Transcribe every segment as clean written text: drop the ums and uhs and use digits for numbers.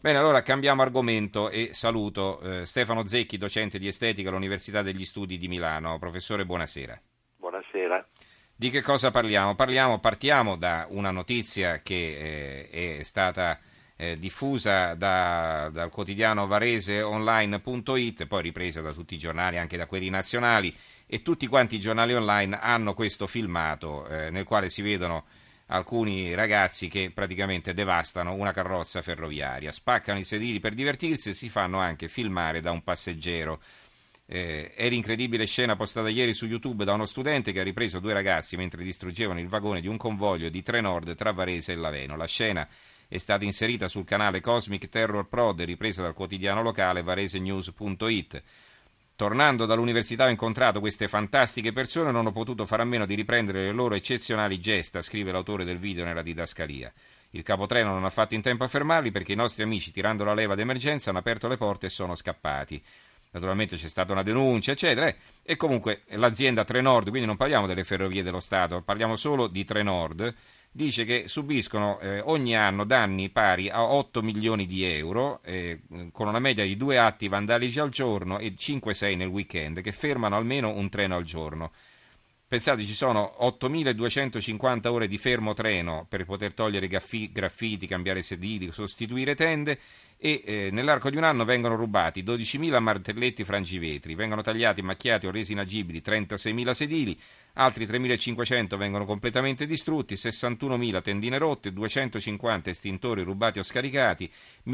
Bene, allora cambiamo argomento e saluto Stefano Zecchi, docente di estetica all'Università degli Studi di Milano. Professore, buonasera. Buonasera. Di che cosa parliamo? Partiamo da una notizia che è stata diffusa dal quotidiano vareseonline.it, poi ripresa da tutti i giornali, anche da quelli nazionali, e tutti quanti i giornali online hanno questo filmato nel quale si vedono alcuni ragazzi che praticamente devastano una carrozza ferroviaria, spaccano i sedili per divertirsi e si fanno anche filmare da un passeggero. È l'incredibile scena postata ieri su YouTube da uno studente che ha ripreso due ragazzi mentre distruggevano il vagone di un convoglio di Trenord tra Varese e Laveno. La scena è stata inserita sul canale Cosmic Terror Prod e ripresa dal quotidiano locale varesenews.it. Tornando dall'università ho incontrato queste fantastiche persone e non ho potuto fare a meno di riprendere le loro eccezionali gesta, scrive l'autore del video nella didascalia. Il capotreno non ha fatto in tempo a fermarli perché i nostri amici, tirando la leva d'emergenza, hanno aperto le porte e sono scappati. Naturalmente c'è stata una denuncia, eccetera, e comunque l'azienda Trenord, quindi non parliamo delle ferrovie dello Stato, parliamo solo di Trenord, dice che subiscono ogni anno danni pari a 8 milioni di euro, con una media di 2 atti vandalici al giorno e 5-6 nel weekend, che fermano almeno un treno al giorno. Pensate, ci sono 8.250 ore di fermo treno per poter togliere graffiti, cambiare sedili, sostituire tende e nell'arco di un anno vengono rubati 12.000 martelletti frangivetri, vengono tagliati, macchiati o resi inagibili 36.000 sedili, altri 3.500 vengono completamente distrutti, 61.000 tendine rotte, 250 estintori rubati o scaricati,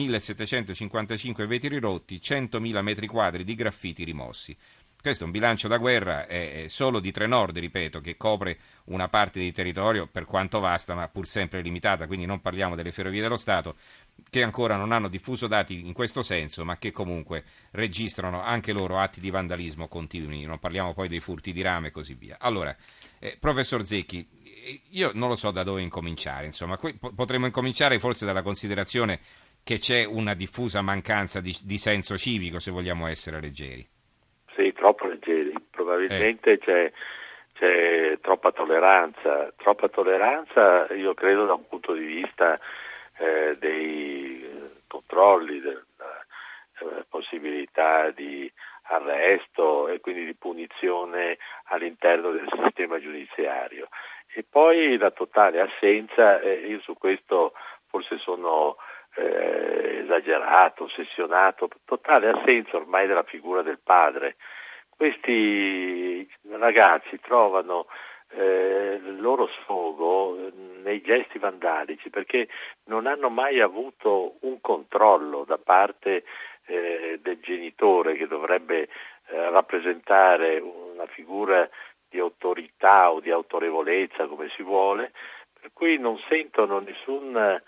1.755 vetri rotti, 100.000 metri quadri di graffiti rimossi. Questo è un bilancio da guerra solo di Trenord, ripeto, che copre una parte di territorio per quanto vasta, ma pur sempre limitata, quindi non parliamo delle ferrovie dello Stato, che ancora non hanno diffuso dati in questo senso, ma che comunque registrano anche loro atti di vandalismo continui, non parliamo poi dei furti di rame e così via. Allora, professor Zecchi, io non lo so da dove incominciare, insomma, potremmo incominciare forse dalla considerazione che c'è una diffusa mancanza di senso civico, se vogliamo essere leggeri. Sì, troppo leggeri. Probabilmente c'è troppa tolleranza, io credo da un punto di vista dei controlli, della possibilità di arresto e quindi di punizione all'interno del sistema giudiziario. E poi la totale assenza, io su questo forse sono esagerato, ossessionato, totale assenza ormai della figura del padre. Questi ragazzi trovano il loro sfogo nei gesti vandalici perché non hanno mai avuto un controllo da parte del genitore che dovrebbe rappresentare una figura di autorità o di autorevolezza, come si vuole, per cui non sentono nessuna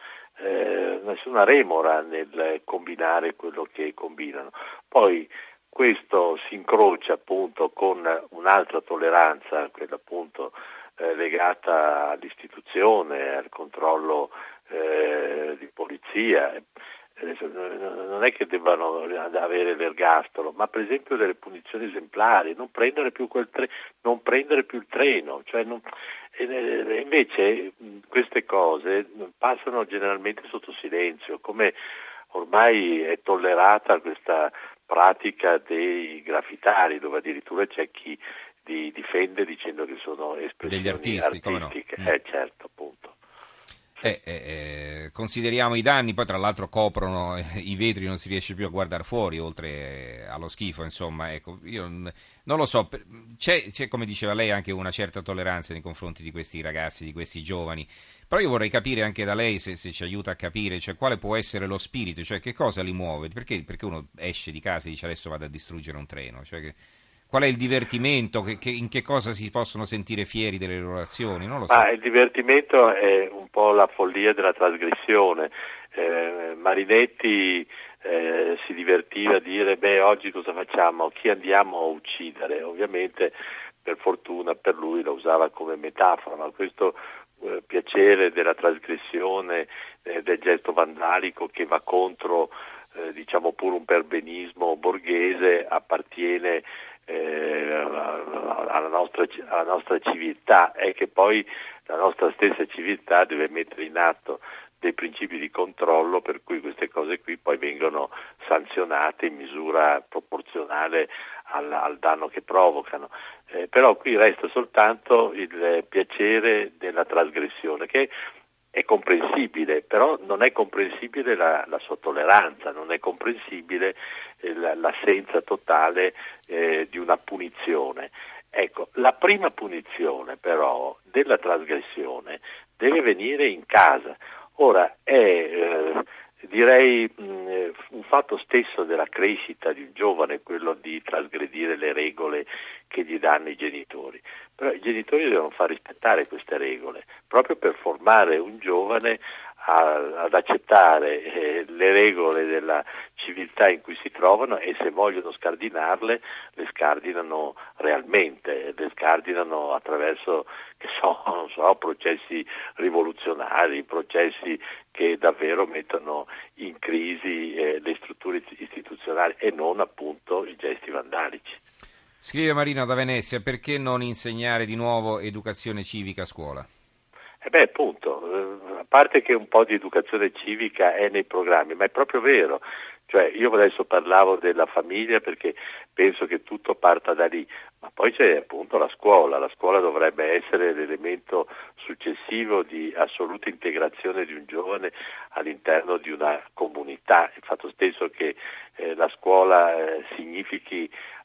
remora nel combinare quello che combinano. Poi questo si incrocia appunto con un'altra tolleranza, quella appunto legata all'istituzione, al controllo di polizia. Adesso, non è che debbano avere l'ergastolo, ma per esempio delle punizioni esemplari, non prendere più non prendere più il treno, cioè invece queste cose passano generalmente sotto silenzio, come ormai è tollerata questa pratica dei graffitari, dove addirittura c'è chi li difende dicendo che sono Degli espressioni artisti, come no? artistiche. Certo, appunto. Sì. Consideriamo i danni, poi tra l'altro coprono i vetri, non si riesce più a guardare fuori, oltre allo schifo, insomma, ecco, io non lo so, c'è, come diceva lei, anche una certa tolleranza nei confronti di questi ragazzi, di questi giovani, però io vorrei capire anche da lei, se ci aiuta a capire, cioè quale può essere lo spirito, cioè che cosa li muove, perché uno esce di casa e dice adesso vado a distruggere un treno, cioè qual è il divertimento, in che cosa si possono sentire fieri delle loro azioni, non lo so. Ma il divertimento è un po' la follia della trasgressione. Marinetti si divertiva a dire oggi cosa facciamo? Chi andiamo a uccidere? Ovviamente per fortuna per lui lo usava come metafora, ma questo piacere della trasgressione, del gesto vandalico che va contro diciamo pure un perbenismo borghese appartiene alla nostra civiltà, è che poi la nostra stessa civiltà deve mettere in atto dei principi di controllo per cui queste cose qui poi vengono sanzionate in misura proporzionale al danno che provocano. Però qui resta soltanto il piacere della trasgressione, che è comprensibile, però non è comprensibile la sua tolleranza, non è comprensibile l'assenza totale di una punizione. Ecco, la prima punizione però della trasgressione deve venire in casa. Ora direi un fatto stesso della crescita di un giovane quello di trasgredire le regole che gli danno i genitori, però i genitori devono far rispettare queste regole proprio per formare un giovane ad accettare le regole della civiltà in cui si trovano, e se vogliono scardinarle le scardinano realmente, le scardinano attraverso processi rivoluzionari, processi che davvero mettono in crisi le strutture istituzionali e non appunto i gesti vandalici. Scrive Marino da Venezia: perché non insegnare di nuovo educazione civica a scuola? Appunto, a parte che un po' di educazione civica è nei programmi, ma è proprio vero. Cioè, io adesso parlavo della famiglia perché penso che tutto parta da lì, ma poi c'è appunto la scuola dovrebbe essere l'elemento successivo di assoluta integrazione di un giovane all'interno di una comunità. Il fatto stesso che la scuola significhi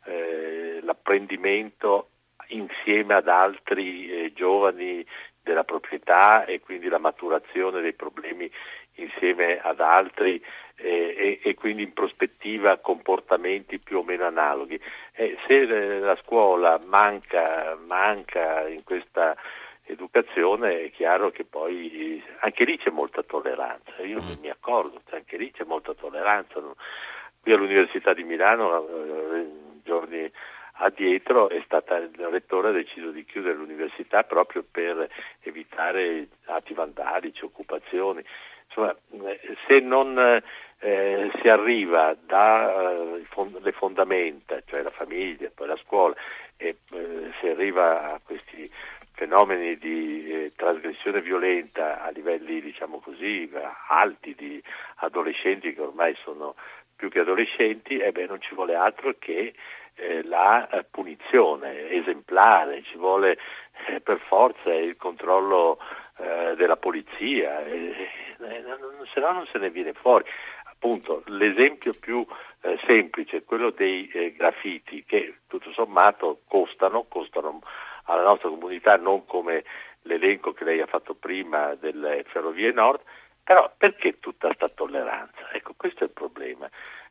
l'apprendimento insieme ad altri giovani della proprietà e quindi la maturazione dei problemi insieme ad altri e quindi in prospettiva comportamenti più o meno analoghi. Se la scuola manca in questa educazione, è chiaro che poi anche lì c'è molta tolleranza, io mi accorgo, anche lì c'è molta tolleranza. Qui all'Università di Milano giorni addietro è stata il rettore ha deciso di chiudere l'università proprio per evitare atti vandalici, occupazioni. Insomma, se non si arriva dalle fondamenta, cioè la famiglia, poi la scuola, e si arriva a questi fenomeni di trasgressione violenta a livelli, diciamo così, alti, di adolescenti che ormai sono più che adolescenti, non ci vuole altro che la punizione esemplare, ci vuole per forza il controllo della polizia, se no non se ne viene fuori. Appunto, l'esempio più semplice è quello dei graffiti, che tutto sommato costano alla nostra comunità, non come l'elenco che lei ha fatto prima delle Ferrovie Nord. Però perché tutta sta tolleranza? Ecco, questo è il problema.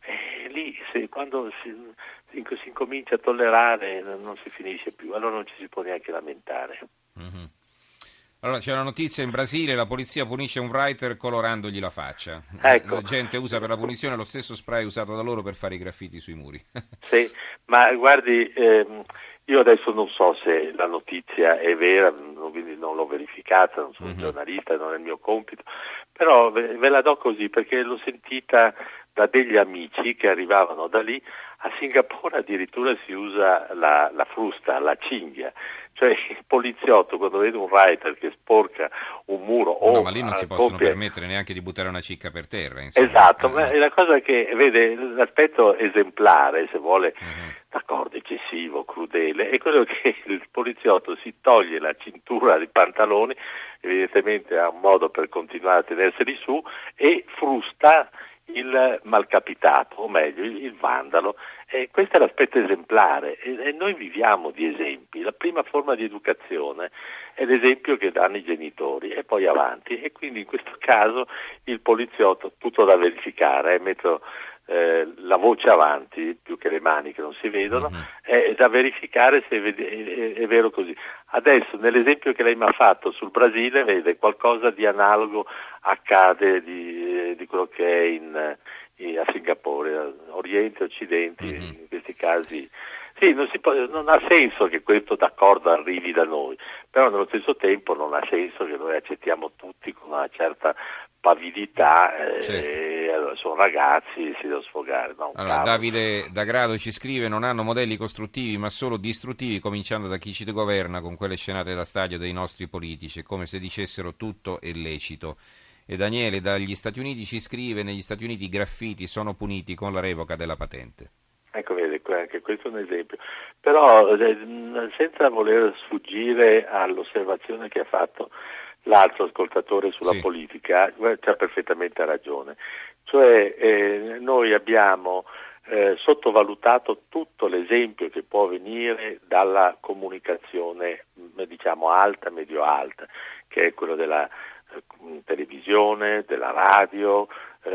Lì quando si incomincia a tollerare non si finisce più, allora non ci si può neanche lamentare. Mm-hmm. Allora, c'è una notizia: in Brasile la polizia punisce un writer colorandogli la faccia. Ecco. La gente usa per la punizione lo stesso spray usato da loro per fare i graffiti sui muri. Sì, ma guardi, io adesso non so se la notizia è vera, quindi non l'ho verificata, non sono un giornalista, non è il mio compito, però ve la do così perché l'ho sentita da degli amici che arrivavano da lì. A Singapore addirittura si usa la frusta, la cinghia, cioè il poliziotto quando vede un writer che sporca un muro no, ma lì non si possono permettere neanche di buttare una cicca per terra, insomma. Esatto, ma è la cosa che vede, l'aspetto esemplare, se vuole, d'accordo, eccessivo, crudele, è quello che il poliziotto si toglie la cintura dei pantaloni, evidentemente ha un modo per continuare a tenerseli su, e frusta il malcapitato, o meglio il vandalo. Questo è l'aspetto esemplare e noi viviamo di esempi. La prima forma di educazione è l'esempio che danno i genitori e poi avanti, e quindi in questo caso il poliziotto, tutto da verificare, metto la voce avanti più che le mani che non si vedono, è da verificare se è vero così. Adesso nell'esempio che lei mi ha fatto sul Brasile, vede, qualcosa di analogo accade di quello che è a Singapore, Oriente, Occidente, in questi casi. Sì, non ha senso che questo d'accordo arrivi da noi, però nello stesso tempo non ha senso che noi accettiamo tutti con una certa pavidità, allora, sono ragazzi e si devono sfogare. No, allora, Davide da Grado ci scrive: non hanno modelli costruttivi ma solo distruttivi, cominciando da chi ci governa con quelle scenate da stadio dei nostri politici, è come se dicessero tutto è lecito. E Daniele dagli Stati Uniti ci scrive: negli Stati Uniti i graffiti sono puniti con la revoca della patente. Ecco, vedi, anche questo è un esempio. Però senza voler sfuggire all'osservazione che ha fatto l'altro ascoltatore sulla politica, c'ha perfettamente ragione. Cioè noi abbiamo sottovalutato tutto l'esempio che può venire dalla comunicazione, diciamo, alta, medio-alta, che è quello della televisione, della radio,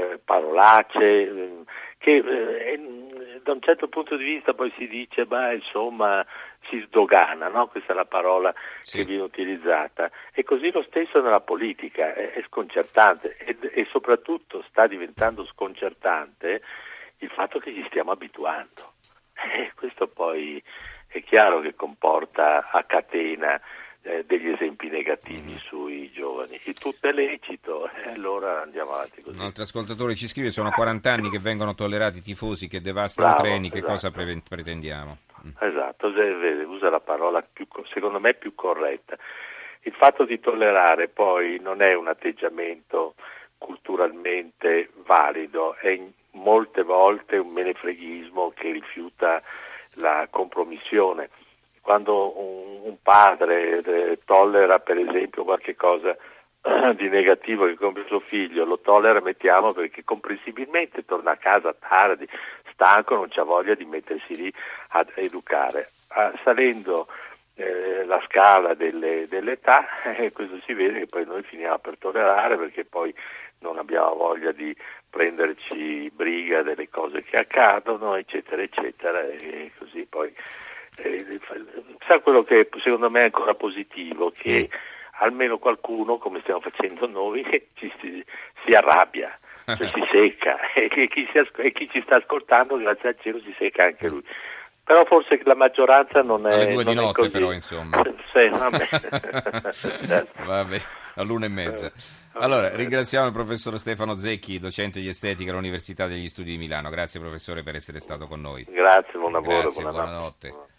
parolacce, che da un certo punto di vista poi si dice, insomma, si sdogana, no? Questa è la parola che viene utilizzata. E così lo stesso nella politica, è sconcertante e soprattutto sta diventando sconcertante il fatto che ci stiamo abituando. Questo poi è chiaro che comporta a catena degli esempi negativi sui giovani. Il tutto è lecito, allora andiamo avanti così. Un altro ascoltatore ci scrive: sono 40 anni che vengono tollerati tifosi che devastano treni, che cosa pretendiamo? Esatto, usa la parola secondo me più corretta. Il fatto di tollerare poi non è un atteggiamento culturalmente valido, è molte volte un menefreghismo che rifiuta la compromissione. Quando un padre tollera per esempio qualche cosa di negativo che compie suo figlio, lo tollera, mettiamo, perché comprensibilmente torna a casa tardi, stanco, non c'ha voglia di mettersi lì ad educare. Salendo la scala dell'età, questo si vede che poi noi finiamo per tollerare, perché poi non abbiamo voglia di prenderci briga delle cose che accadono, eccetera, eccetera, e così poi sa quello che secondo me è ancora positivo, che almeno qualcuno, come stiamo facendo noi, si arrabbia, cioè si secca, e chi ci sta ascoltando, grazie al cielo, si secca anche lui. Però forse la maggioranza non è, alle 2 di notte, così. però, insomma. Vabbè, all'1:30. Allora, ringraziamo il professor Stefano Zecchi, docente di estetica all'Università degli Studi di Milano. Grazie professore per essere stato con noi. Grazie, buon lavoro. Grazie, buonanotte.